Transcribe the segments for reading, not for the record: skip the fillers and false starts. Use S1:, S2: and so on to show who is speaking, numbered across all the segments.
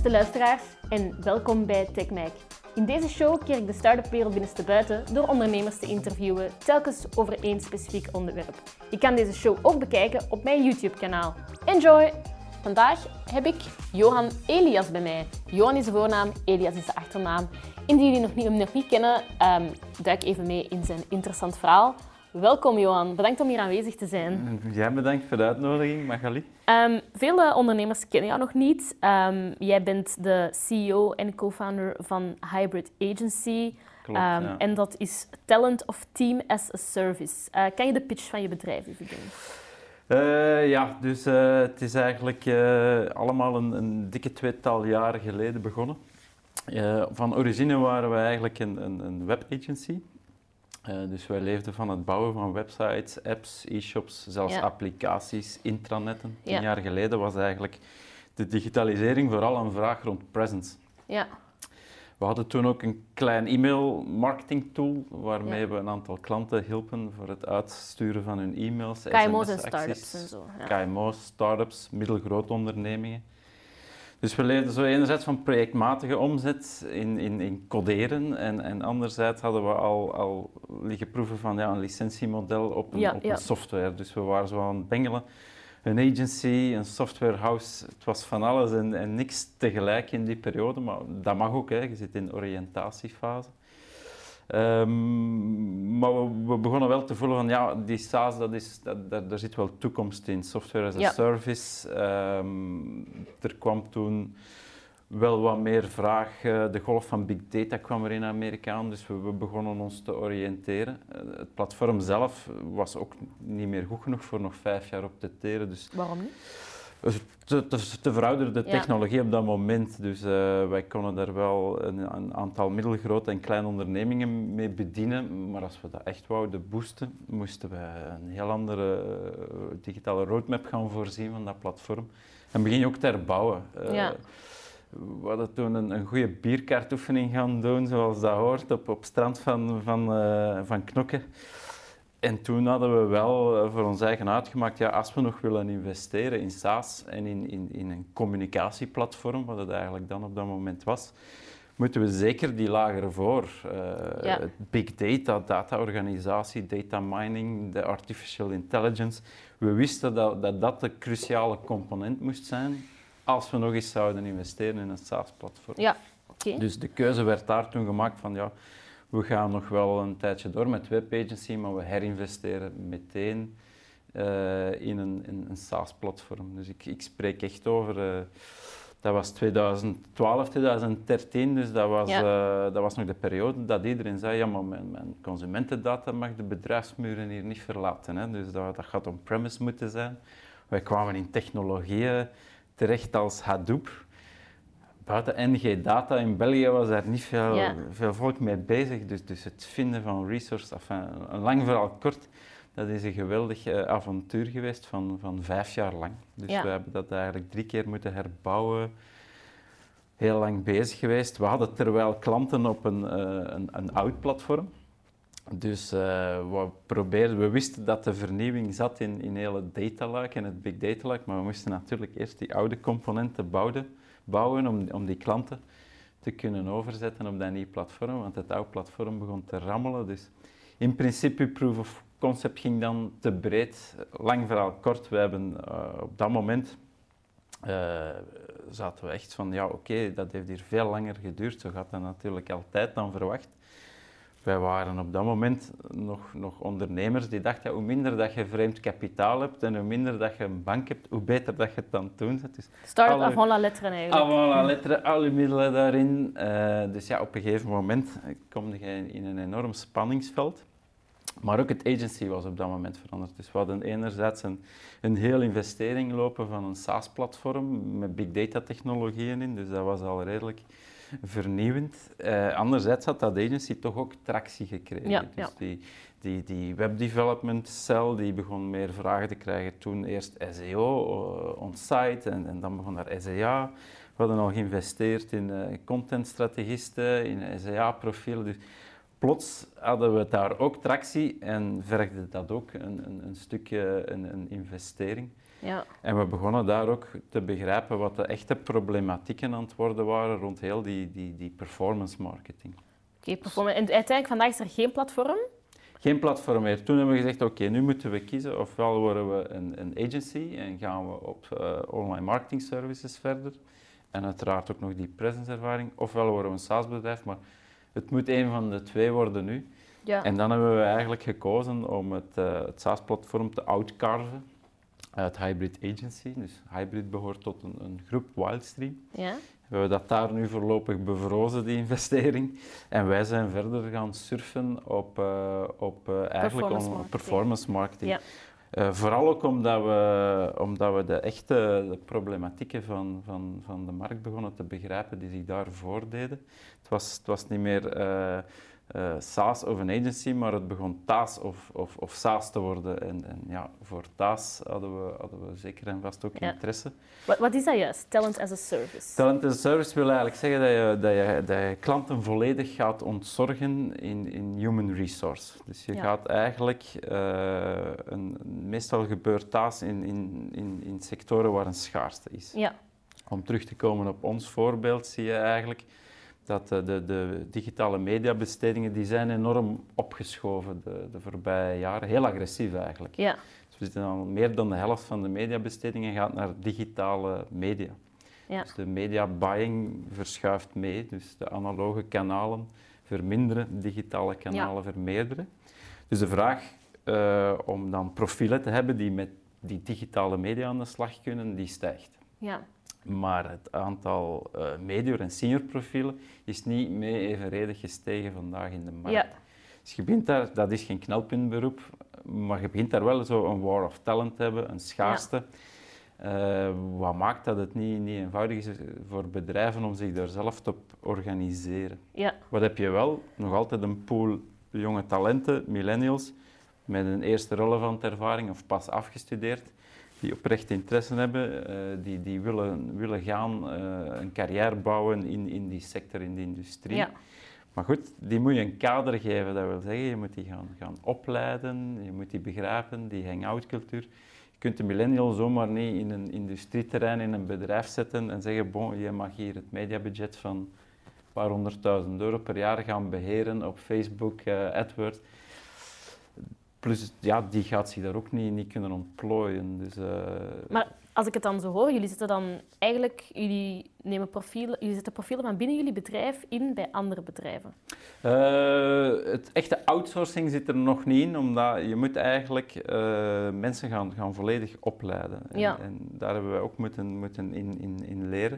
S1: beste luisteraars en welkom bij TechMike. In deze show keer ik de start-up wereld binnenstebuiten door ondernemers te interviewen, telkens over één specifiek onderwerp. Je kan deze show ook bekijken op mijn YouTube-kanaal. Enjoy! Vandaag heb ik Johan Elias bij mij. Johan is de voornaam, Elias is de achternaam. Indien jullie hem nog niet kennen, duik even mee in zijn interessant verhaal. Welkom Johan, bedankt om hier aanwezig te zijn.
S2: Jij bedankt voor de uitnodiging, Magali.
S1: Veel ondernemers kennen jou nog niet. Jij bent de CEO en co-founder van Hybrid Agency.
S2: Klopt, ja.
S1: En dat is Talent of Team as a Service. Kan je de pitch van je bedrijf even doen?
S2: Het is eigenlijk allemaal een dikke 2-tal jaren geleden begonnen. Van origine waren we eigenlijk een webagency. Dus wij leefden van het bouwen van websites, apps, e-shops, zelfs applicaties, intranetten. 10 jaar geleden was eigenlijk de digitalisering vooral een vraag rond presence.
S1: Ja.
S2: We hadden toen ook een klein e-mail-marketing tool waarmee we een aantal klanten hielpen voor het uitsturen van hun e-mails.
S1: KMO's en start-ups en zo.
S2: Ja. KMO's, start-ups, middelgrote ondernemingen. Dus we leerden zo enerzijds van projectmatige omzet in coderen en anderzijds hadden we al liggen proeven van een licentiemodel op een software. Dus we waren zo aan het bengelen. Een agency, een softwarehouse, het was van alles en niks tegelijk in die periode, maar dat mag ook, hè. Je zit in oriëntatiefase. Maar we begonnen wel te voelen van die SaaS, daar zit wel toekomst in, software as a service. Er kwam toen wel wat meer vraag, de golf van big data kwam er in Amerika aan, dus we begonnen ons te oriënteren. Het platform zelf was ook niet meer goed genoeg voor nog 5 jaar op te teren. Dus
S1: waarom niet?
S2: Te verouderde technologie op dat moment, dus wij konden daar wel een aantal middelgrote en kleine ondernemingen mee bedienen, maar als we dat echt wouden boosten, moesten we een heel andere digitale roadmap gaan voorzien van dat platform. En begin je ook te herbouwen. We hadden toen een goede bierkaartoefening gaan doen, zoals dat hoort, op het strand van Knokke. En toen hadden we wel voor ons eigen uitgemaakt, als we nog willen investeren in SaaS en in een communicatieplatform, wat het eigenlijk dan op dat moment was, moeten we zeker die lager voor. Big data, data-organisatie, data mining, de artificial intelligence. We wisten dat de cruciale component moest zijn als we nog eens zouden investeren in een SaaS-platform.
S1: Ja, okay.
S2: Dus de keuze werd daar toen gemaakt van we gaan nog wel een tijdje door met webagency, maar we herinvesteren meteen in een SaaS-platform. Dus ik spreek echt over, dat was 2012, 2013, dus dat was nog de periode dat iedereen zei, maar mijn consumentendata mag de bedrijfsmuren hier niet verlaten. Hè. Dus dat gaat on-premise moeten zijn. Wij kwamen in technologieën terecht als Hadoop. Buiten NG Data in België was daar niet veel volk mee bezig, dus het vinden van resources, een lang verhaal kort, dat is een geweldig avontuur geweest van 5 jaar lang. Dus we hebben dat eigenlijk 3 keer moeten herbouwen, heel lang bezig geweest. We hadden terwijl klanten op een oud platform, dus we wisten dat de vernieuwing zat in hele data lake en het big data lake, maar we moesten natuurlijk eerst die oude componenten bouwen om die klanten te kunnen overzetten op dat nieuwe platform, want het oude platform begon te rammelen. Dus in principe, proof of concept ging dan te breed. Lang verhaal kort, we hebben op dat moment zaten we echt van, dat heeft hier veel langer geduurd. Zo gaat dat natuurlijk altijd dan verwacht. Wij waren op dat moment nog ondernemers die dachten, hoe minder dat je vreemd kapitaal hebt en hoe minder dat je een bank hebt, hoe beter dat je het dan doet. Dus
S1: start avant la lettre eigenlijk.
S2: Avant la lettre, alle middelen daarin. Dus op een gegeven moment kom je in een enorm spanningsveld. Maar ook het agency was op dat moment veranderd. Dus we hadden enerzijds een hele investering lopen van een SaaS-platform met big data technologieën in, dus dat was al redelijk vernieuwend. Anderzijds had dat agency toch ook tractie gekregen. Die web development cell die begon meer vragen te krijgen. Toen eerst SEO on-site en dan begon daar SEA. We hadden al geïnvesteerd in contentstrategisten, in SEA-profielen. Dus op plots hadden we daar ook tractie en vergde dat ook een stukje een investering.
S1: Ja.
S2: En we begonnen daar ook te begrijpen wat de echte problematieken aan het worden waren rond heel die performance marketing.
S1: Oké, performance. En uiteindelijk, vandaag is er geen platform?
S2: Geen platform meer. Toen hebben we gezegd, oké, nu moeten we kiezen. Ofwel worden we een agency en gaan we op online marketing services verder. En uiteraard ook nog die presence-ervaring. Ofwel worden we een SaaS-bedrijf, maar het moet een van de twee worden nu.
S1: Ja.
S2: En dan hebben we eigenlijk gekozen om het SaaS-platform te outcarven uit Hybrid Agency. Dus Hybrid behoort tot een groep, Wildstream.
S1: Ja.
S2: We hebben dat daar nu voorlopig bevrozen, die investering. En wij zijn verder gaan surfen op eigenlijk performance marketing.
S1: Ja.
S2: Vooral ook omdat we de echte problematieken van de markt begonnen te begrijpen die zich daar voordeden. Het was niet meer SaaS of een agency, maar het begon TaaS of SaaS te worden. En ja, voor TaaS hadden we zeker en vast ook interesse.
S1: Wat is dat juist, Talent as a Service?
S2: Talent as a Service wil eigenlijk zeggen dat je klanten volledig gaat ontzorgen in human resource. Dus je gaat eigenlijk, meestal gebeurt TaaS in sectoren waar een schaarste is.
S1: Ja.
S2: Om terug te komen op ons voorbeeld zie je eigenlijk dat de digitale mediabestedingen die zijn enorm opgeschoven de voorbije jaren. Heel agressief eigenlijk.
S1: Ja.
S2: Dus we zitten al meer dan de helft van de mediabestedingen gaat naar digitale media.
S1: Ja.
S2: Dus de media buying verschuift mee. Dus de analoge kanalen verminderen, digitale kanalen vermeerderen. Dus de vraag om dan profielen te hebben die met die digitale media aan de slag kunnen, die stijgt.
S1: Ja.
S2: Maar het aantal medior- en seniorprofielen is niet mee evenredig gestegen vandaag in de markt.
S1: Ja.
S2: Dus je begint daar, dat is geen knelpuntberoep, maar je begint daar wel zo een war of talent te hebben, een schaarste. Wat maakt dat het niet eenvoudig is voor bedrijven om zich daar zelf te organiseren.
S1: Ja.
S2: Wat heb je wel? Nog altijd een pool jonge talenten, millennials, met een eerste relevante ervaring of pas afgestudeerd, die oprecht interesse hebben, die willen gaan een carrière bouwen in die sector, in die industrie.
S1: Ja.
S2: Maar goed, die moet je een kader geven. Dat wil zeggen, je moet die gaan opleiden, je moet die begrijpen, die hang-out cultuur. Je kunt de millennial zomaar niet in een industrieterrein, in een bedrijf zetten en zeggen, bon, je mag hier het mediabudget van een paar €100.000 per jaar gaan beheren op Facebook, AdWords. Plus, ja, die gaat zich daar ook niet kunnen ontplooien. Dus,
S1: Maar als ik het dan zo hoor, jullie zetten dan eigenlijk, jullie zetten profielen van binnen jullie bedrijf in bij andere bedrijven.
S2: Het echte outsourcing zit er nog niet in, omdat je moet eigenlijk mensen gaan volledig opleiden. En daar hebben we ook moeten in leren.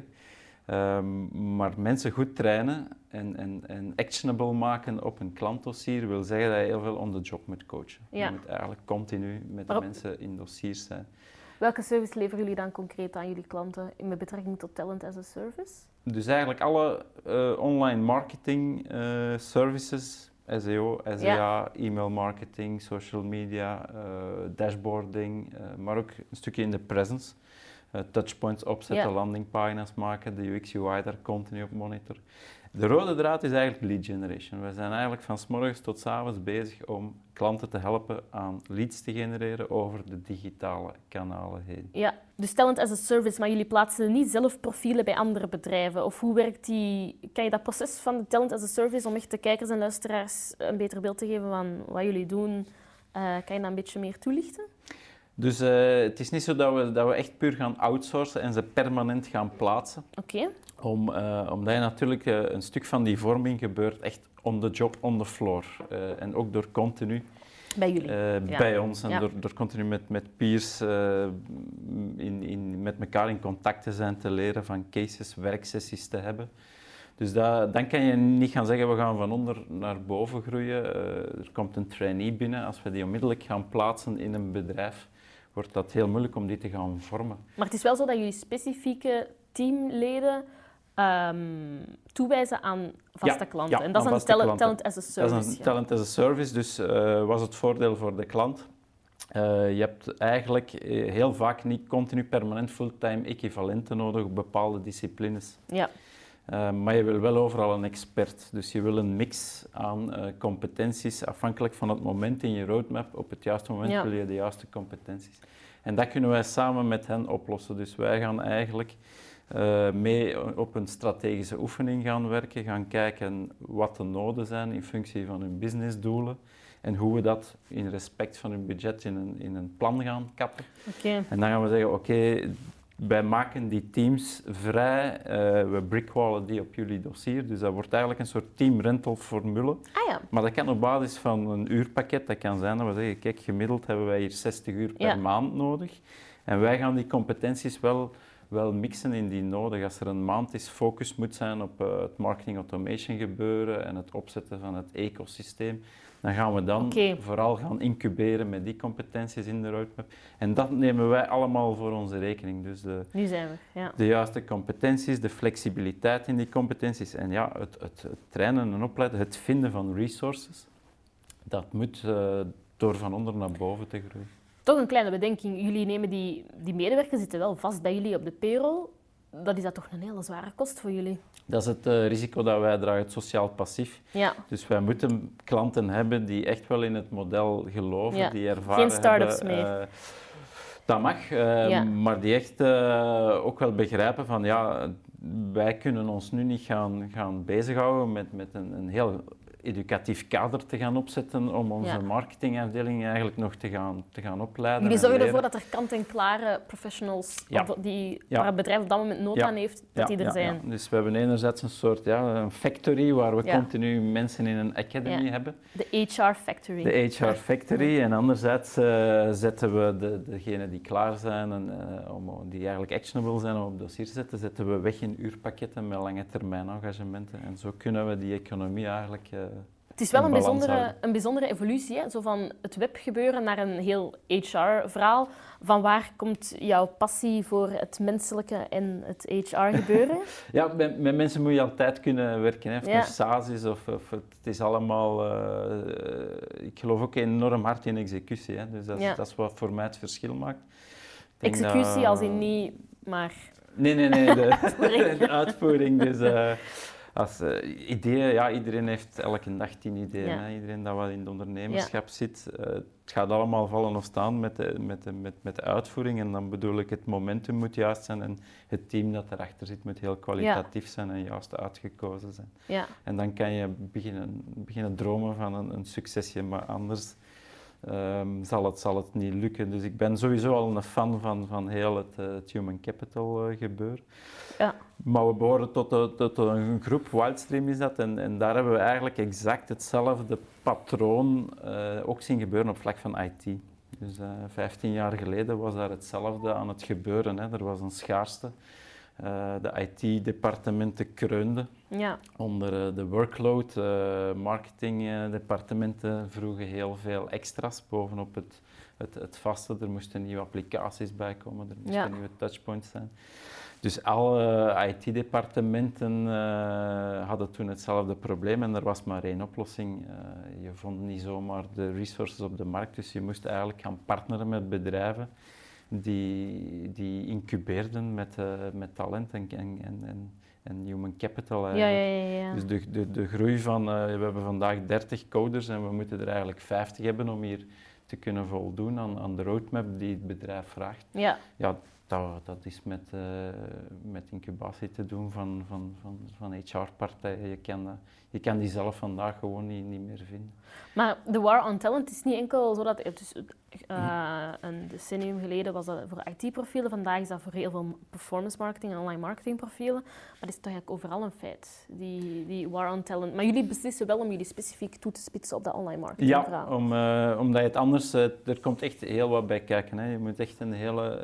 S2: Maar mensen goed trainen en actionable maken op een klantdossier wil zeggen dat je heel veel on the job moet coachen.
S1: Ja.
S2: Je moet eigenlijk continu met de mensen in dossiers zijn.
S1: Welke service leveren jullie dan concreet aan jullie klanten met betrekking tot Talent as a Service?
S2: Dus eigenlijk alle online marketing services, SEO, SEA, e-mail marketing, social media, dashboarding, maar ook een stukje in de presence. Touchpoints opzetten, landingpagina's maken, de UX, UI daar continu op monitoren. De rode draad is eigenlijk lead generation. We zijn eigenlijk van 's morgens tot 's avonds bezig om klanten te helpen aan leads te genereren over de digitale kanalen heen.
S1: Ja, dus Talent as a Service, maar jullie plaatsen niet zelf profielen bij andere bedrijven? Of hoe werkt kan je dat proces van de Talent as a Service, om echt de kijkers en luisteraars een beter beeld te geven van wat jullie doen, kan je dat een beetje meer toelichten?
S2: Dus het is niet zo dat we echt puur gaan outsourcen en ze permanent gaan plaatsen.
S1: Oké.
S2: Omdat je natuurlijk een stuk van die vorming gebeurt echt on the job, on the floor. En ook door continu
S1: bij jullie.
S2: Bij ons en door continu met peers met elkaar in contact te zijn, te leren van cases, werksessies te hebben. Dus dan kan je niet gaan zeggen, we gaan van onder naar boven groeien. Er komt een trainee binnen. Als we die onmiddellijk gaan plaatsen in een bedrijf, wordt dat heel moeilijk om die te gaan vormen.
S1: Maar het is wel zo dat jullie specifieke teamleden toewijzen aan vaste klanten. En dat is een talent as a service.
S2: Dat is een talent as a service, dus was het voordeel voor de klant. Je hebt eigenlijk heel vaak niet continu permanent fulltime equivalenten nodig op bepaalde disciplines.
S1: Ja.
S2: Maar je wil wel overal een expert. Dus je wil een mix aan competenties, afhankelijk van het moment in je roadmap. Op het juiste moment wil je de juiste competenties. En dat kunnen wij samen met hen oplossen. Dus wij gaan eigenlijk mee op een strategische oefening gaan werken, gaan kijken wat de noden zijn in functie van hun businessdoelen en hoe we dat in respect van hun budget in een plan gaan kappen.
S1: Okay.
S2: En dan gaan we zeggen, oké, wij maken die teams vrij, we brickwallen die op jullie dossier, dus dat wordt eigenlijk een soort team rental formule.
S1: Ja.
S2: Maar dat kan op basis van een uurpakket, dat kan zijn dat we zeggen, kijk, gemiddeld hebben wij hier 60 uur per maand nodig en wij gaan die competenties wel mixen indien nodig. Als er een maand is, focus moet zijn op het marketing automation gebeuren en het opzetten van het ecosysteem, dan gaan we dan vooral gaan incuberen met die competenties in de roadmap. En dat nemen wij allemaal voor onze rekening. Dus
S1: nu zijn we,
S2: de juiste competenties, de flexibiliteit in die competenties en het trainen en opleiden, het vinden van resources, dat moet door van onder naar boven te groeien.
S1: Toch een kleine bedenking. Jullie nemen die medewerkers zitten wel vast bij jullie op de payroll. Dat is dat toch een hele zware kost voor jullie?
S2: Dat is het risico dat wij dragen, het sociaal passief.
S1: Ja.
S2: Dus wij moeten klanten hebben die echt wel in het model geloven, die ervaren
S1: geen start-ups meer.
S2: Dat mag, maar die echt ook wel begrijpen van wij kunnen ons nu niet gaan bezighouden met een heel educatief kader te gaan opzetten om onze marketingafdeling eigenlijk nog te gaan opleiden.
S1: Jullie zorgen ervoor dat er kant-en-klare professionals, waar het bedrijf op dat moment nood aan heeft, dat die er zijn. Ja.
S2: Dus we hebben enerzijds een soort een factory waar we continu mensen in een academy hebben.
S1: De HR factory.
S2: De HR factory. En anderzijds zetten we degenen die klaar zijn en die eigenlijk actionable zijn om op dossier te zetten, zetten we weg in uurpakketten met lange termijn engagementen. En zo kunnen we die economie eigenlijk
S1: het is wel een bijzondere evolutie, hè? Zo van het webgebeuren naar een heel HR-verhaal. Van waar komt jouw passie voor het menselijke en het HR-gebeuren?
S2: Ja, met mensen moet je altijd kunnen werken. Hè. Of het een SaaS is of het is allemaal... ik geloof ook enorm hard in executie. Hè. Dus dat is wat voor mij het verschil maakt.
S1: Executie als in niet, maar...
S2: Nee, de uitvoering. Dus... Als ideeën, iedereen heeft elke dag 10 ideeën. Hè? Iedereen dat wat in het ondernemerschap zit. Het gaat allemaal vallen of staan met de uitvoering. En dan bedoel ik, het momentum moet juist zijn en het team dat erachter zit moet heel kwalitatief zijn en juist uitgekozen zijn. Ja. En dan kan je beginnen dromen van een succesje, maar anders zal het niet lukken. Dus ik ben sowieso al een fan van heel het human capital gebeuren. Ja. Maar we behoren tot een groep, Wildstream is dat, en daar hebben we eigenlijk exact hetzelfde patroon ook zien gebeuren op vlak van IT. Dus 15 jaar geleden was daar hetzelfde aan het gebeuren. Hè. Er was een schaarste. De IT-departementen kreunden onder de workload. Marketingdepartementen vroegen heel veel extra's bovenop het vaste. Er moesten nieuwe applicaties bij komen, er moesten nieuwe touchpoints zijn. Dus alle IT-departementen hadden toen hetzelfde probleem en er was maar één oplossing. Je vond niet zomaar de resources op de markt, dus je moest eigenlijk gaan partneren met bedrijven die incubeerden met talent en human capital.
S1: Ja.
S2: Dus de groei van, we hebben vandaag 30 coders en we moeten er eigenlijk 50 hebben om hier te kunnen voldoen aan de roadmap die het bedrijf vraagt. Ja, dat is met incubatie te doen van HR-partijen. Je kan die zelf vandaag gewoon niet meer vinden.
S1: Maar de war on talent is niet enkel zo dat... een decennium geleden was dat voor IT-profielen. Vandaag is dat voor heel veel performance marketing en online marketing profielen. Maar dat is toch eigenlijk overal een feit, die war on talent. Maar jullie beslissen wel om jullie specifiek toe te spitsen op dat online marketing verhaal.
S2: Ja, omdat je het anders... er komt echt heel wat bij kijken. Hè. Je moet echt een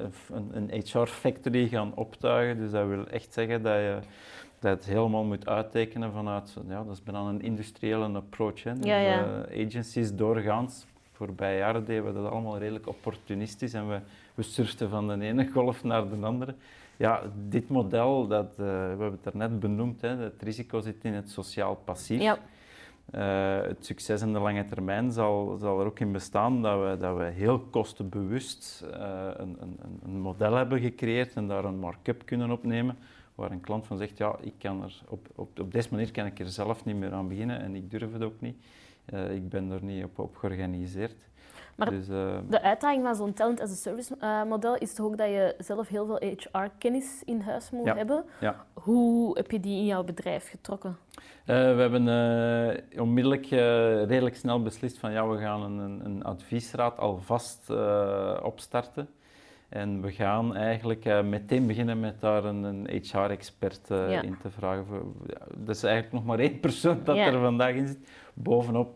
S2: HR-factory gaan optuigen. Dus dat wil echt zeggen dat je het helemaal moet uittekenen vanuit... Ja, dat is bijna een industriële approach. Hè. Dus, agencies doorgaans... Voorbije jaren deden we dat allemaal redelijk opportunistisch en we surften van de ene golf naar de andere. Ja, dit model, we hebben het daarnet benoemd, hè, het risico zit in het sociaal passief. Ja. Het succes in de lange termijn zal er ook in bestaan dat we heel kostenbewust een model hebben gecreëerd en daar een markup kunnen opnemen waar een klant van zegt, ja, ik kan er op deze manier kan ik er zelf niet meer aan beginnen en ik durf het ook niet. Ik ben er niet op georganiseerd.
S1: Maar
S2: dus,
S1: de uitdaging van zo'n talent as a service model is toch ook dat je zelf heel veel HR-kennis in huis moet hebben.
S2: Ja.
S1: Hoe heb je die in jouw bedrijf getrokken?
S2: We hebben onmiddellijk redelijk snel beslist van ja, we gaan een adviesraad alvast opstarten. En we gaan eigenlijk meteen beginnen met daar een HR-expert in te vragen. Dat is eigenlijk nog maar één persoon dat er vandaag in zit. Bovenop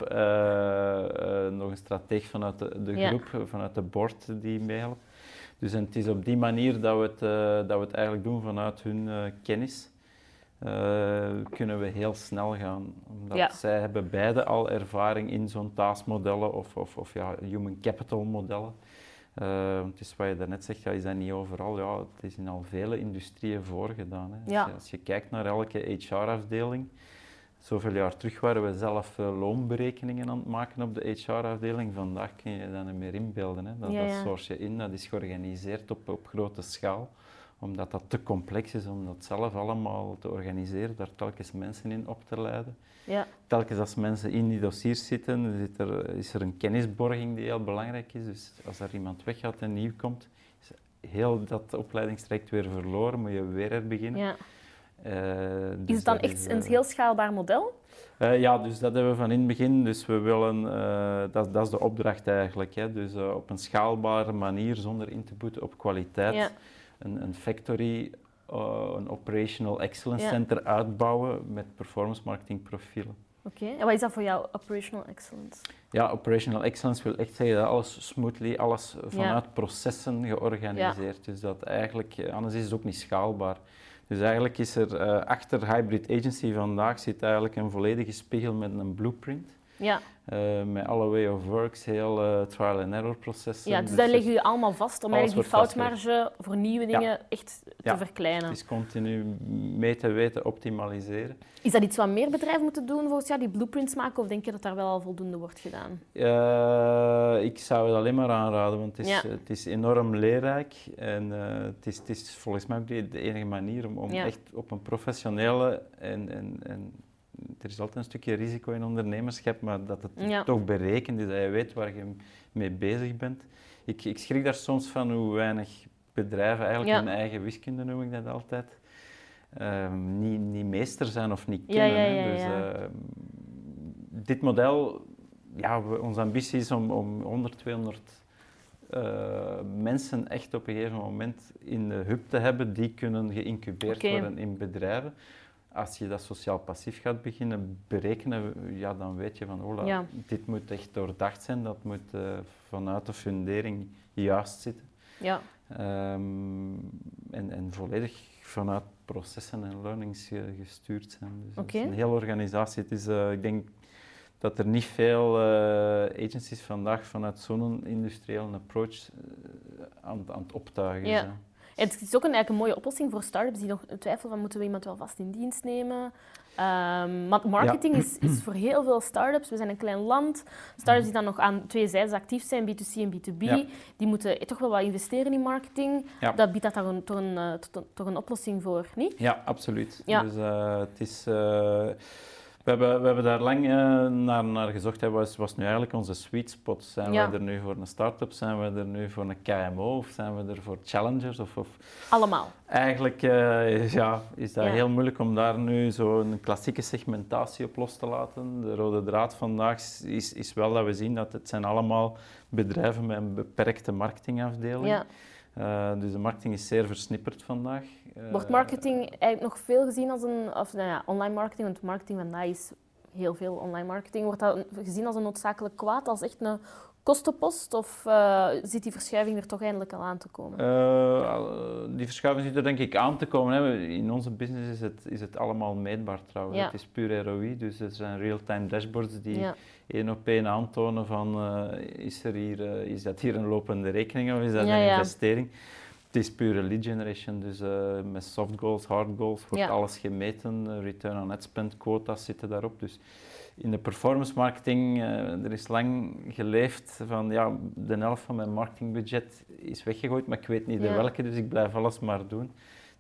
S2: nog een strateeg vanuit de groep, vanuit de board die meehelpt. Dus en het is op die manier dat we het eigenlijk doen vanuit hun kennis. Kunnen we heel snel gaan. Omdat zij hebben beide al ervaring in zo'n taskmodellen of human capital modellen. Het is wat je daarnet zegt, is dat niet overal. Ja, het is in al vele industrieën voorgedaan. Hè.
S1: Ja.
S2: Als je kijkt naar elke HR-afdeling, zoveel jaar terug waren we zelf loonberekeningen aan het maken op de HR-afdeling. Vandaag kun je dat niet meer inbeelden. Hè. Dat source je in, dat is georganiseerd op grote schaal. Omdat dat te complex is om dat zelf allemaal te organiseren, daar telkens mensen in op te leiden. Ja. Telkens als mensen in die dossiers zitten, is er een kennisborging die heel belangrijk is. Dus als er iemand weggaat en nieuw komt, is heel dat opleidingstraject weer verloren, moet je weer herbeginnen. Ja.
S1: Dus is het dan echt een heel schaalbaar model?
S2: Ja, dus dat hebben we van in het begin. Dus we willen, dat is de opdracht eigenlijk. Hè. Dus op een schaalbare manier, zonder in te boeten op kwaliteit. Ja. Een factory, een operational excellence center uitbouwen met performance marketing profielen.
S1: Oké, en wat is dat voor jou, operational excellence?
S2: Ja, operational excellence wil echt zeggen dat alles smoothly, alles vanuit processen georganiseerd. Dus dat eigenlijk, anders is het ook niet schaalbaar. Dus eigenlijk is er achter Hybrid Agency vandaag zit eigenlijk een volledige spiegel met een blueprint. Ja. Met alle way of works, heel trial and error processen.
S1: Ja, dus daar leggen jullie allemaal vast om eigenlijk die foutmarge voor nieuwe dingen echt te verkleinen.
S2: Het is continu mee te weten optimaliseren.
S1: Is dat iets wat meer bedrijven moeten doen volgens jou, die blueprints maken, of denk je dat daar wel al voldoende wordt gedaan?
S2: Ik zou het alleen maar aanraden, want het is enorm leerrijk en het is volgens mij ook de enige manier om echt op een professionele en er is altijd een stukje risico in ondernemerschap, maar dat het toch berekend is, dat je weet waar je mee bezig bent. Ik schrik daar soms van hoe weinig bedrijven eigenlijk hun eigen wiskunde, noem ik dat altijd, niet meester zijn of niet kennen. Dit model, onze ambitie is om 100, 200 mensen echt op een gegeven moment in de hub te hebben die kunnen geïncubeerd worden in bedrijven. Als je dat sociaal passief gaat beginnen berekenen, dan weet je van, dit moet echt doordacht zijn, dat moet vanuit de fundering juist zitten. Ja. En volledig vanuit processen en learnings gestuurd zijn. Dus dat is een hele organisatie. Het is, ik denk dat er niet veel agencies vandaag vanuit zo'n industriële approach aan het optuigen zijn.
S1: Het is ook eigenlijk een mooie oplossing voor start-ups die nog twijfelen van moeten we iemand wel vast in dienst nemen. Want marketing is voor heel veel start-ups, we zijn een klein land, start-ups die dan nog aan twee zijdes actief zijn, B2C en B2B, die moeten toch wel wat investeren in marketing. Dat biedt dat daar toch een oplossing voor, niet?
S2: Ja, absoluut. Ja. Dus het is... We hebben daar lang naar gezocht. Wat was nu eigenlijk onze sweet spot? Zijn we er nu voor een start-up? Zijn we er nu voor een KMO? Of zijn we er voor challengers? Of...
S1: Allemaal.
S2: Eigenlijk is dat heel moeilijk om daar nu zo'n klassieke segmentatie op los te laten. De rode draad vandaag is wel dat we zien dat het zijn allemaal bedrijven met een beperkte marketingafdeling. Ja. Dus de marketing is zeer versnipperd vandaag.
S1: Wordt marketing eigenlijk nog veel gezien als online marketing? Want marketing vandaag is heel veel online marketing. Wordt dat gezien als een noodzakelijk kwaad, als echt een kostenpost? Of zit die verschuiving er toch eindelijk al aan te komen?
S2: Die verschuiving zit er denk ik aan te komen. Hè. In onze business is het allemaal meetbaar trouwens. Ja. Het is puur ROI, dus er zijn real-time dashboards die één op één aantonen van is dat hier een lopende rekening of is dat een investering. Het is pure lead generation, dus met soft goals, hard goals wordt alles gemeten. Return on ad spend quota's zitten daarop. Dus in de performance marketing, er is lang geleefd van de helft van mijn marketingbudget is weggegooid, maar ik weet niet de welke, dus ik blijf alles maar doen. Ik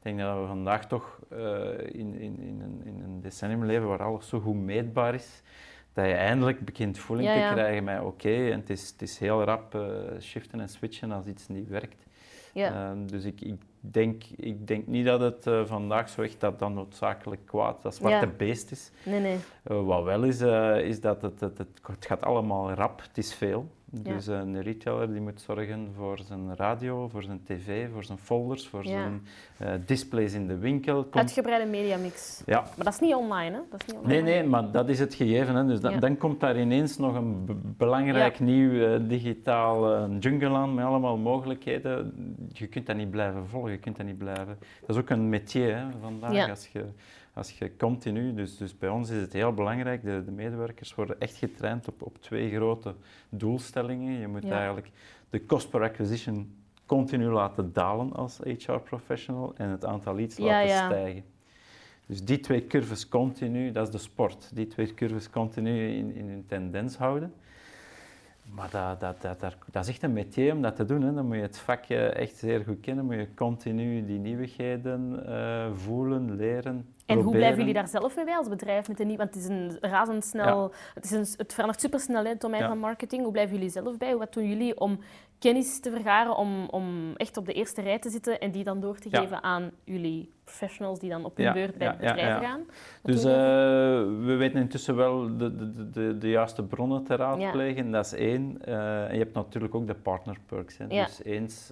S2: denk dat we vandaag toch in een decennium leven waar alles zo goed meetbaar is, dat je eindelijk begint voeling te krijgen met oké, en het is heel rap shiften en switchen als iets niet werkt. Ja. Dus ik denk niet dat het vandaag zo echt dat noodzakelijk kwaad, dat zwarte beest is.
S1: Nee.
S2: Wat wel is dat het gaat allemaal rap, het is veel. Dus een retailer die moet zorgen voor zijn radio, voor zijn tv, voor zijn folders, voor zijn displays in de winkel.
S1: Uitgebreide mediamix. Ja. Maar dat is niet online, hè? Dat is niet online.
S2: Nee, maar dat is het gegeven. Hè. Dus dan komt daar ineens nog een belangrijk nieuw digitaal jungle aan met allemaal mogelijkheden. Je kunt dat niet blijven volgen, je kunt dat niet blijven. Dat is ook een métier hè, vandaag. Als je continu, dus bij ons is het heel belangrijk, de medewerkers worden echt getraind op 2 grote doelstellingen. Je moet eigenlijk de cost per acquisition continu laten dalen als HR-professional en het aantal leads laten stijgen. Dus die 2 curves continu, dat is de sport, die 2 curves continu in hun tendens houden. Maar dat is echt een métier om dat te doen. Hè. Dan moet je het vak echt zeer goed kennen, moet je continu die nieuwigheden voelen, leren.
S1: En hoe blijven jullie daar zelf mee bij als bedrijf? Want het is een razendsnel, het verandert supersnel in het domein van marketing. Hoe blijven jullie zelf bij? Wat doen jullie om kennis te vergaren, om echt op de eerste rij te zitten en die dan door te geven aan jullie professionals die dan op hun beurt bij het bedrijf gaan?
S2: Dus we weten intussen wel de juiste bronnen te raadplegen, dat is 1. En je hebt natuurlijk ook de partner perks. Hè. Dus eens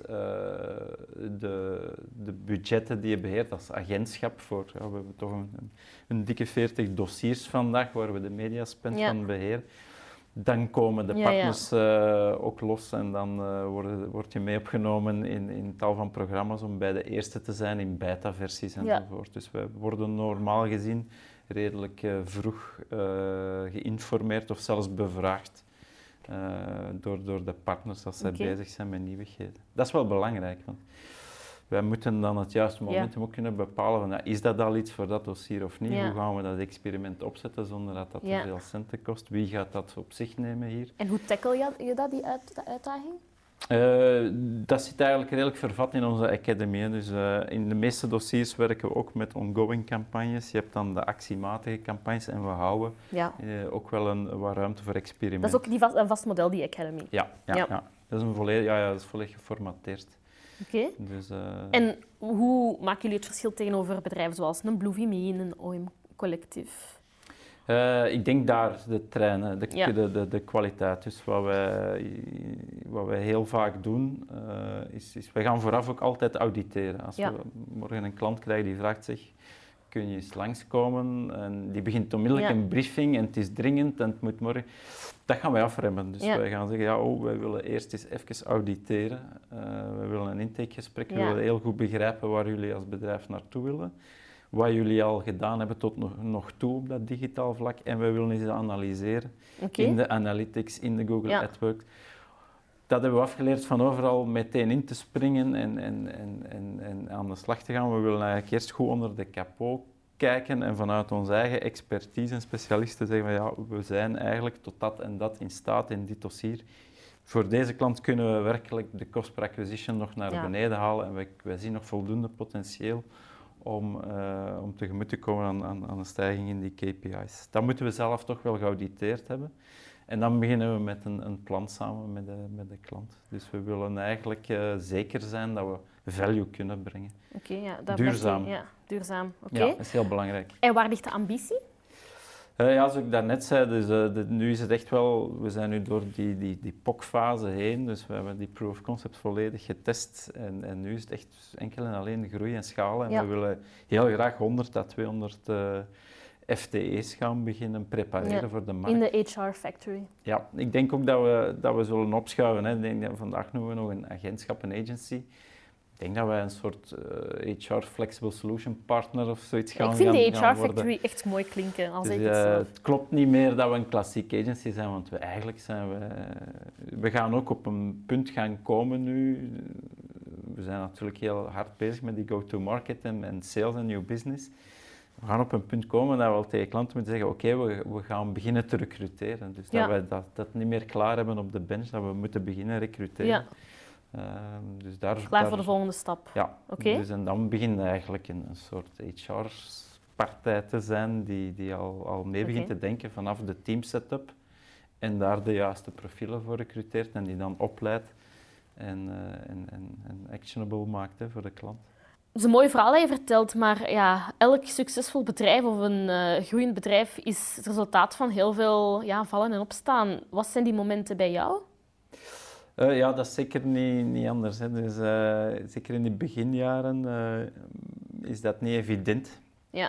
S2: de budgetten die je beheert als agentschap voor, we hebben toch een dikke 40 dossiers vandaag waar we de mediaspend van beheren. Dan komen de partners ook los en dan word je mee opgenomen in tal van programma's om bij de eerste te zijn in beta-versies enzovoort. Dus we worden normaal gezien redelijk vroeg geïnformeerd of zelfs bevraagd door de partners als zij bezig zijn met nieuwigheden. Dat is wel belangrijk, want wij moeten dan het juiste momentum ook kunnen bepalen van is dat al iets voor dat dossier of niet? Hoe gaan we dat experiment opzetten zonder dat te veel centen kost? Wie gaat dat op zich nemen hier?
S1: En hoe tackle je dat, die uitdaging?
S2: Dat zit eigenlijk redelijk vervat in onze academy. Dus in de meeste dossiers werken we ook met ongoing campagnes. Je hebt dan de actiematige campagnes en we houden ook wel wat ruimte voor experimenten.
S1: Dat is ook een vast model, die academy?
S2: Ja. Dat is dat is volledig geformateerd.
S1: Oké. Dus, en hoe maken jullie het verschil tegenover bedrijven zoals een Bluevimy, een OM Collectief?
S2: Ik denk daar de treinen, de kwaliteit. Dus wat wij heel vaak doen, is wij gaan vooraf ook altijd auditeren. Als we morgen een klant krijgen die vraagt zich, kun je eens langskomen? En die begint onmiddellijk een briefing en het is dringend en het moet morgen. Dat gaan wij afremmen. Dus wij gaan zeggen, wij willen eerst eens even auditeren. We willen een intakegesprek, we willen heel goed begrijpen waar jullie als bedrijf naartoe willen. Wat jullie al gedaan hebben tot nog toe op dat digitaal vlak. En we willen eens analyseren in de analytics, in de Google AdWords. Dat hebben we afgeleerd van overal meteen in te springen en aan de slag te gaan. We willen eigenlijk eerst goed onder de capot kijken en vanuit onze eigen expertise en specialisten zeggen van we zijn eigenlijk tot dat en dat in staat in dit dossier. Voor deze klant kunnen we werkelijk de cost per acquisition nog naar beneden halen en wij zien nog voldoende potentieel om tegemoet te komen aan een stijging in die KPI's. Dat moeten we zelf toch wel geauditeerd hebben. En dan beginnen we met een plan samen met de klant. Dus we willen eigenlijk zeker zijn dat we value kunnen brengen. Duurzaam.
S1: Duurzaam.
S2: Ja, dat is heel belangrijk.
S1: En waar ligt de ambitie?
S2: Zoals ik daarnet zei, dus, nu is het echt wel, we zijn nu door die POC-fase heen, dus we hebben die proof of concept volledig getest en nu is het echt enkel en alleen groei en schalen. En we willen heel graag 100 à 200 FTE's gaan beginnen prepareren voor de markt.
S1: In de HR Factory.
S2: Ja, ik denk ook dat we zullen opschuiven. Hè. Ik denk dat vandaag noemen we nog een agentschap, een agency. Ik denk dat wij een soort HR Flexible Solution Partner of zoiets gaan worden.
S1: Ik vind de HR Factory echt mooi klinken. Als
S2: dus, het klopt niet meer dat we een klassieke agency zijn, want we gaan ook op een punt gaan komen nu. We zijn natuurlijk heel hard bezig met die go-to-market en sales en new business. We gaan op een punt komen dat we al tegen klanten moeten zeggen, oké, we gaan beginnen te recruteren. Dus dat wij dat niet meer klaar hebben op de bench, dat we moeten beginnen recruteren. Dus
S1: Klaar voor de volgende stap.
S2: Ja,
S1: Oké.
S2: dus en dan begint eigenlijk een soort HR-partij te zijn die al mee begint te denken vanaf de teamsetup en daar de juiste profielen voor recruteert en die dan opleidt en actionable maakt voor de klant.
S1: Het is een mooi verhaal dat je vertelt, maar ja, elk succesvol bedrijf of een groeiend bedrijf is het resultaat van heel veel vallen en opstaan. Wat zijn die momenten bij jou?
S2: Ja, dat is zeker niet anders. Hè. Dus, zeker in de beginjaren is dat niet evident.
S1: Ja.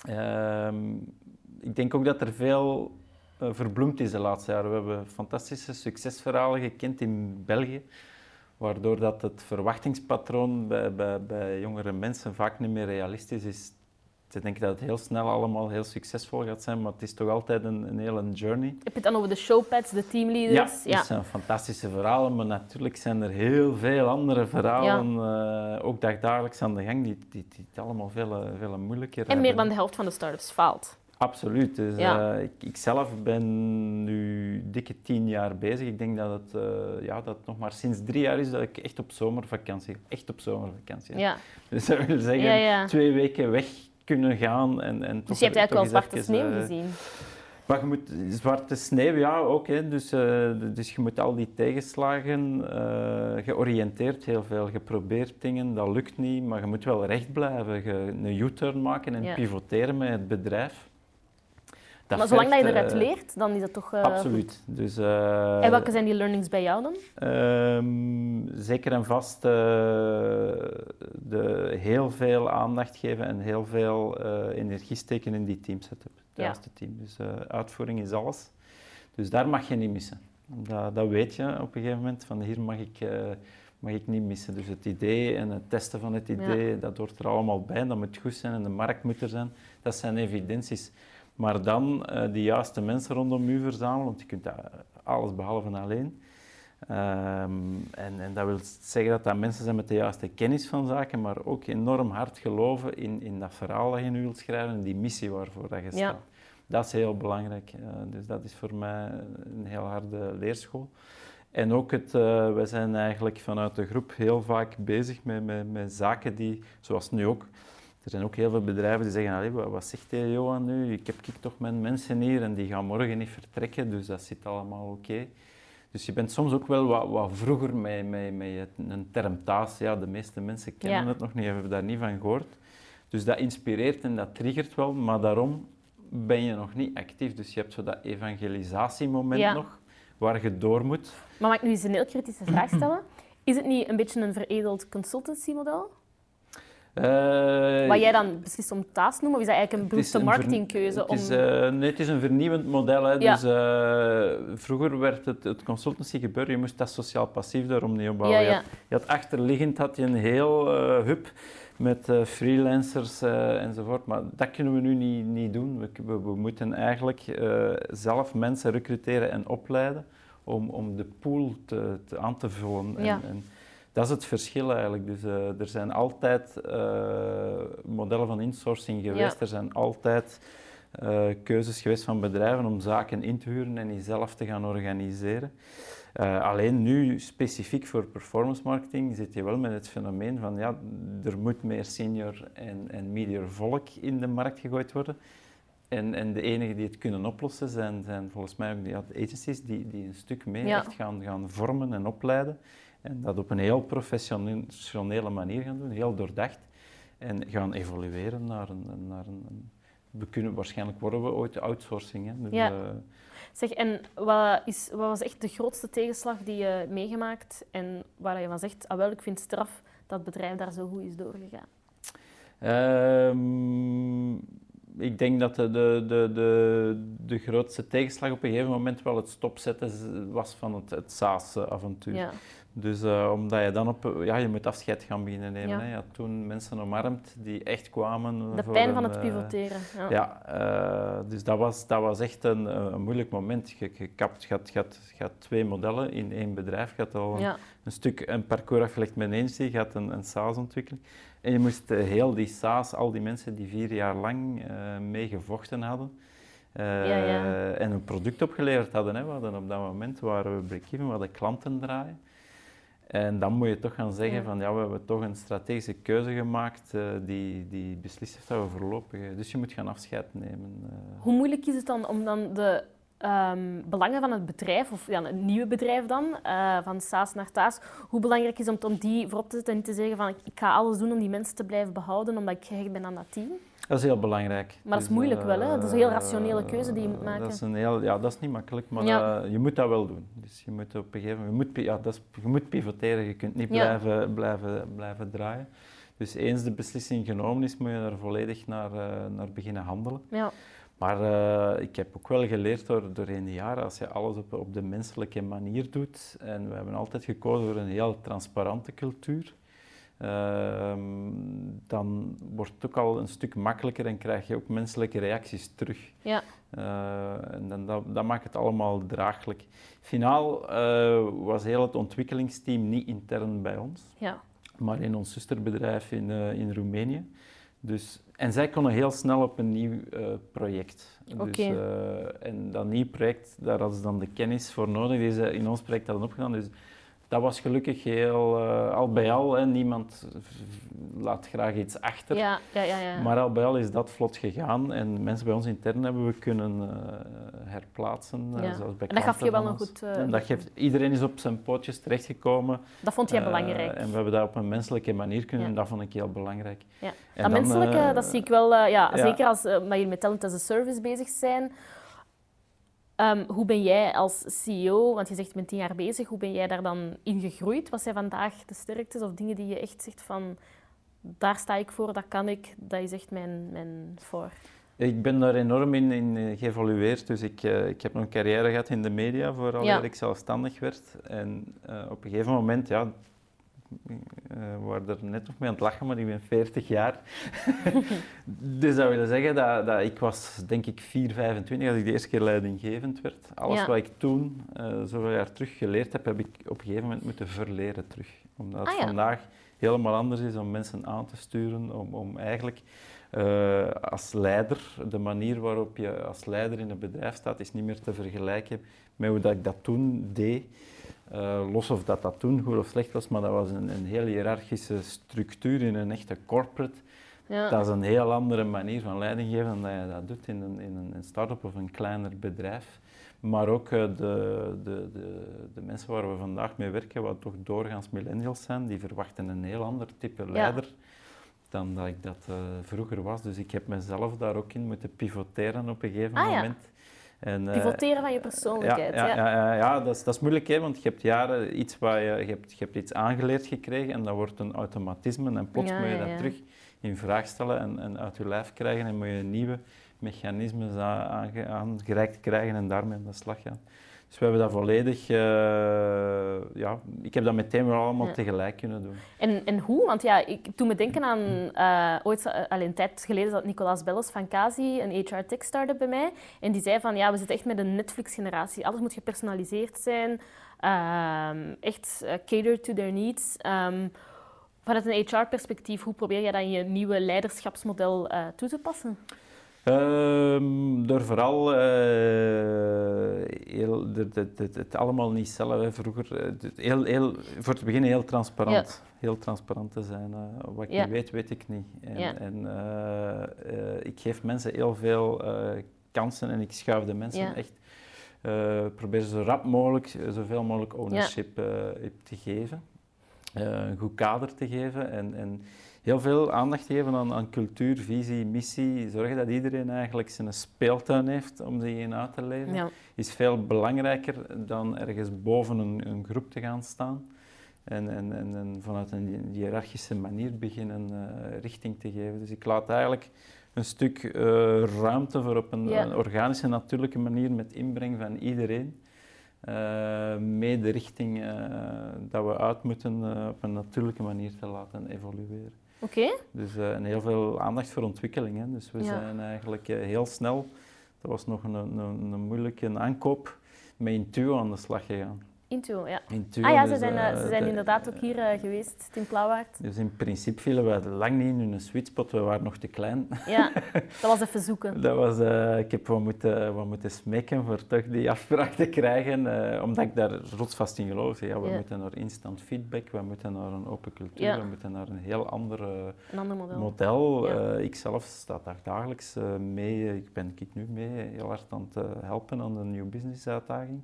S2: Ik denk ook dat er veel verbloemd is de laatste jaren. We hebben fantastische succesverhalen gekend in België, waardoor dat het verwachtingspatroon bij jongere mensen vaak niet meer realistisch is. Ze denken dat het heel snel allemaal heel succesvol gaat zijn, maar het is toch altijd een hele journey.
S1: Heb je het dan over de showpads, de teamleaders?
S2: Ja, dat zijn fantastische verhalen, maar natuurlijk zijn er heel veel andere verhalen, ook dagelijks aan de gang, die het allemaal veel moeilijker
S1: En
S2: hebben.
S1: meer dan de helft van de start-ups faalt.
S2: Absoluut. Dus, ik zelf ben nu dikke 10 jaar bezig. Ik denk dat het nog maar sinds 3 jaar is dat ik echt op zomervakantie ga. Echt op zomervakantie.
S1: Ja.
S2: Dus dat wil zeggen 2 weken weg kunnen gaan.
S1: Dus je hebt eigenlijk wel zwarte sneeuw gezien?
S2: Maar je moet, zwarte sneeuw, ja, ook. Hè. Dus je moet al die tegenslagen georiënteerd, heel veel geprobeerd dingen, dat lukt niet, maar je moet wel recht blijven. Een U-turn maken en pivoteren met het bedrijf.
S1: Maar zolang dat je eruit leert, dan is dat toch...
S2: Absoluut. Dus,
S1: en welke zijn die learnings bij jou dan?
S2: Zeker en vast heel veel aandacht geven en heel veel energie steken in die teamsetup. Het juiste team. Dus uitvoering is alles. Dus daar mag je niet missen. Dat weet je op een gegeven moment. Van hier mag ik niet missen. Dus het idee en het testen van het idee, dat hoort er allemaal bij. Dat moet goed zijn en de markt moet er zijn. Dat zijn evidenties. Maar dan de juiste mensen rondom u verzamelen, want je kunt dat alles behalve alleen. En dat wil zeggen dat mensen zijn met de juiste kennis van zaken, maar ook enorm hard geloven in dat verhaal dat je nu wilt schrijven en die missie waarvoor dat je staat. Dat is heel belangrijk. Dus dat is voor mij een heel harde leerschool. En ook we zijn eigenlijk vanuit de groep heel vaak bezig met zaken die, zoals nu ook. Er zijn ook heel veel bedrijven die zeggen, wat zegt die Johan nu? Ik heb toch mijn mensen hier en die gaan morgen niet vertrekken, dus dat zit allemaal oké. Dus je bent soms ook wel wat vroeger met een term TAAS. Ja, de meeste mensen kennen het nog niet, hebben daar niet van gehoord. Dus dat inspireert en dat triggert wel, maar daarom ben je nog niet actief. Dus je hebt zo dat evangelisatiemoment nog, waar je door moet.
S1: Maar mag ik nu eens een heel kritische vraag stellen? Is het niet een beetje een veredeld consultancy-model? Wat jij dan beslist om TAAS noemen, of is dat eigenlijk een bewuste marketingkeuze?
S2: Het is een vernieuwend model. Hè. Ja. Dus, vroeger werd het consultancy gebeuren, je moest dat sociaal passief daarom niet opbouwen. Je had achterliggend had je een heel hub met freelancers enzovoort, maar dat kunnen we nu niet doen. We moeten eigenlijk zelf mensen recruteren en opleiden om de pool aan te vullen. En dat is het verschil eigenlijk. Dus, er zijn altijd modellen van insourcing geweest. Er zijn altijd keuzes geweest van bedrijven om zaken in te huren en die zelf te gaan organiseren. Alleen nu, specifiek voor performance marketing, zit je wel met het fenomeen van er moet meer senior en medior volk in de markt gegooid worden. En de enigen die het kunnen oplossen zijn volgens mij ook de agencies die een stuk meer echt gaan vormen en opleiden. En dat op een heel professionele manier gaan doen, heel doordacht. En gaan evolueren naar waarschijnlijk worden we ooit de outsourcing. Hè. Dus,
S1: Zeg, en wat was echt de grootste tegenslag die je meegemaakt en waar je van zegt, ik vind het straf dat het bedrijf daar zo goed is doorgegaan?
S2: Ik denk dat de grootste tegenslag op een gegeven moment wel het stopzetten was van het SaaS-avontuur. Ja. Dus omdat je dan je moet afscheid gaan beginnen nemen. Ja. Hè. Je had toen mensen omarmd die echt kwamen.
S1: De pijn van het pivoteren.
S2: Dus dat was echt een moeilijk moment. Je had 2 modellen in 1 bedrijf. Je had al een parcours afgelegd met een agency, je had een SaaS-ontwikkeling. En je moest heel die SaaS, al die mensen die 4 jaar lang mee gevochten hadden, en een product opgeleverd hadden. Hè. We hadden op dat moment waren we break-even, we hadden klanten draaien. En dan moet je toch gaan zeggen
S1: Ja.
S2: van ja, we hebben toch een strategische keuze gemaakt die beslist heeft dat we voorlopig... Dus je moet gaan afscheid nemen.
S1: Hoe moeilijk is het dan om dan de belangen van het bedrijf, of ja, een nieuwe bedrijf dan, van SaaS naar TaaS, hoe belangrijk is om die voorop te zetten en te zeggen van ik ga alles doen om die mensen te blijven behouden, omdat ik gehecht ben aan dat team?
S2: Dat is heel belangrijk.
S1: Maar dat is moeilijk wel, hè? Dat is een heel rationele keuze die je moet maken.
S2: Dat is niet makkelijk, maar
S1: Ja.
S2: je moet dat wel doen. Dus je moet op een gegeven moment... Je moet pivoteren, je kunt niet blijven draaien. Dus eens de beslissing genomen is, moet je er volledig naar beginnen handelen.
S1: Ja.
S2: Maar ik heb ook wel geleerd doorheen de jaren, als je alles op de menselijke manier doet, en we hebben altijd gekozen voor een heel transparante cultuur, dan wordt het ook al een stuk makkelijker en krijg je ook menselijke reacties terug.
S1: Ja.
S2: En dat maakt het allemaal draaglijk. Finaal was heel het ontwikkelingsteam niet intern bij ons,
S1: Ja.
S2: maar in ons zusterbedrijf in Roemenië. Dus, en zij konden heel snel op een nieuw project.
S1: Oké.
S2: Dus, en dat nieuw project, daar hadden ze dan de kennis voor nodig die ze in ons project hadden opgedaan. Dus dat was gelukkig heel, al bij al, hè, niemand laat graag iets achter.
S1: Ja.
S2: Maar al bij al is dat vlot gegaan en mensen bij ons intern hebben we kunnen herplaatsen.
S1: Ja.
S2: Zelfs bij
S1: En dat gaf je
S2: klanten
S1: wel
S2: van
S1: een
S2: ons.
S1: goed...
S2: En dat geeft, iedereen is op zijn pootjes terechtgekomen.
S1: Dat vond jij belangrijk.
S2: En we hebben dat op een menselijke manier kunnen
S1: Ja.
S2: en dat vond ik heel belangrijk.
S1: Ja.
S2: En
S1: Dat
S2: dan,
S1: menselijke, dat zie ik wel, zeker als jullie met Talent as a Service bezig zijn. Hoe ben jij als CEO, want je zegt je bent 10 jaar bezig, hoe ben jij daar dan in gegroeid? Wat zijn vandaag de sterktes of dingen die je echt zegt van, daar sta ik voor, dat kan ik, dat is echt mijn voor?
S2: Ik ben daar enorm in geëvolueerd. Dus ik heb nog een carrière gehad in de media voordat ik zelfstandig werd. En op een gegeven moment, we waren er net nog mee aan het lachen, maar ik ben 40 jaar. Dus dat wil zeggen dat ik was, denk ik, 25 als ik de eerste keer leidinggevend werd. Alles wat ik toen, zoveel jaar terug geleerd heb ik op een gegeven moment moeten verleren terug. Omdat het vandaag helemaal anders is om mensen aan te sturen, om eigenlijk... als leider, de manier waarop je als leider in een bedrijf staat, is niet meer te vergelijken met hoe dat ik dat toen deed. Los of dat toen goed of slecht was, maar dat was een heel hiërarchische structuur in een echte corporate. Ja. Dat is een heel andere manier van leiding geven dan dat je dat doet in een start-up of een kleiner bedrijf. Maar ook de mensen waar we vandaag mee werken, wat toch doorgaans millennials zijn, die verwachten een heel ander type leider dan dat ik dat vroeger was. Dus ik heb mezelf daar ook in moeten pivoteren op een gegeven moment. En,
S1: pivoteren van je persoonlijkheid.
S2: Ja, dat is moeilijk, hè, want je hebt jaren iets waar je hebt iets aangeleerd gekregen en dat wordt een automatisme en plots moet je dat terug in vraag stellen en uit je lijf krijgen en moet je nieuwe mechanismes aangereikt krijgen en daarmee aan de slag gaan. Dus we hebben dat volledig, ik heb dat meteen wel allemaal tegelijk kunnen doen.
S1: En hoe? Want ik doe me denken aan, een tijd geleden zat Nicolas Belles van Kasi, een HR-tech startup bij mij. En die zei van, we zitten echt met een Netflix-generatie. Alles moet gepersonaliseerd zijn, echt cater to their needs. Vanuit een HR-perspectief, hoe probeer jij dat in je nieuwe leiderschapsmodel toe te passen?
S2: Door vooral het allemaal niet zelf. Vroeger, voor te beginnen heel transparant. Heel transparant te zijn. Wat ik niet weet, weet ik niet. En ik geef mensen heel veel kansen en ik schuif de mensen echt. Probeer zo rap mogelijk, zoveel mogelijk ownership te geven. Een goed kader te geven en heel veel aandacht geven aan cultuur, visie, missie. Zorgen dat iedereen eigenlijk zijn speeltuin heeft om die in uit te leven. Is veel belangrijker dan ergens boven een groep te gaan staan. En vanuit een hiërarchische manier beginnen richting te geven. Dus ik laat eigenlijk een stuk ruimte voor op een organische, natuurlijke manier met inbreng van iedereen. Mee de richting dat we uit moeten op een natuurlijke manier te laten evolueren. Dus en heel veel aandacht voor ontwikkeling. Hè. Dus we zijn eigenlijk heel snel, dat was nog een moeilijke aankoop, met Intuo aan de slag gegaan.
S1: Intuo, ja.
S2: Intuo,
S1: Ja,
S2: dus,
S1: ze zijn inderdaad ook hier geweest, in Plauwaard.
S2: Dus in principe vielen wij lang niet in hun sweet spot, we waren nog te klein.
S1: Ja, dat was even zoeken.
S2: Ik heb wat moeten smeken voor toch die afspraak te krijgen, omdat ik daar rotsvast in geloof. Ja, we moeten naar instant feedback, we moeten naar een open cultuur, we moeten naar een heel ander model. Ja. Ik zelf sta daar dagelijks mee, ik ben nu mee heel hard aan het helpen aan de New Business uitdaging.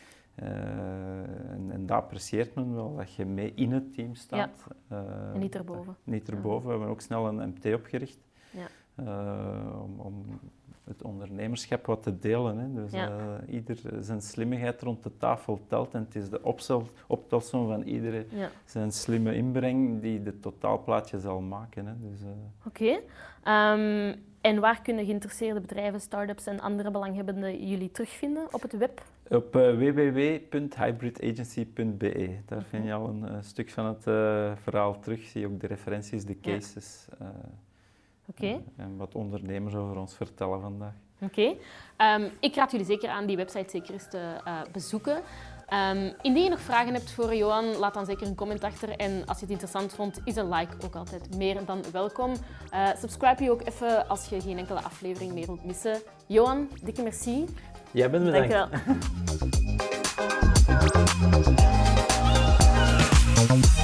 S2: En dat apprecieert men wel, dat je mee in het team staat.
S1: En niet erboven.
S2: Niet erboven. We hebben ook snel een MT opgericht.
S1: Ja.
S2: Om het ondernemerschap wat te delen. Hè. Dus ieder zijn slimmigheid rond de tafel telt en het is de optelsom van iedereen zijn slimme inbreng die het totaalplaatje zal maken. Hè. Dus,
S1: Oké. En waar kunnen geïnteresseerde bedrijven, start-ups en andere belanghebbenden jullie terugvinden op het web?
S2: Op www.hybridagency.be. Daar vind je al een stuk van het verhaal terug. Zie je ook de referenties, de cases. En wat ondernemers over ons vertellen vandaag.
S1: Oké. Ik raad jullie zeker aan die website zeker eens te bezoeken. Indien je nog vragen hebt voor Johan, laat dan zeker een comment achter. En als je het interessant vond, is een like ook altijd meer dan welkom. Subscribe je ook even als je geen enkele aflevering meer wilt missen. Johan, dikke merci.
S2: Jij bent bedankt.
S1: Dank je wel.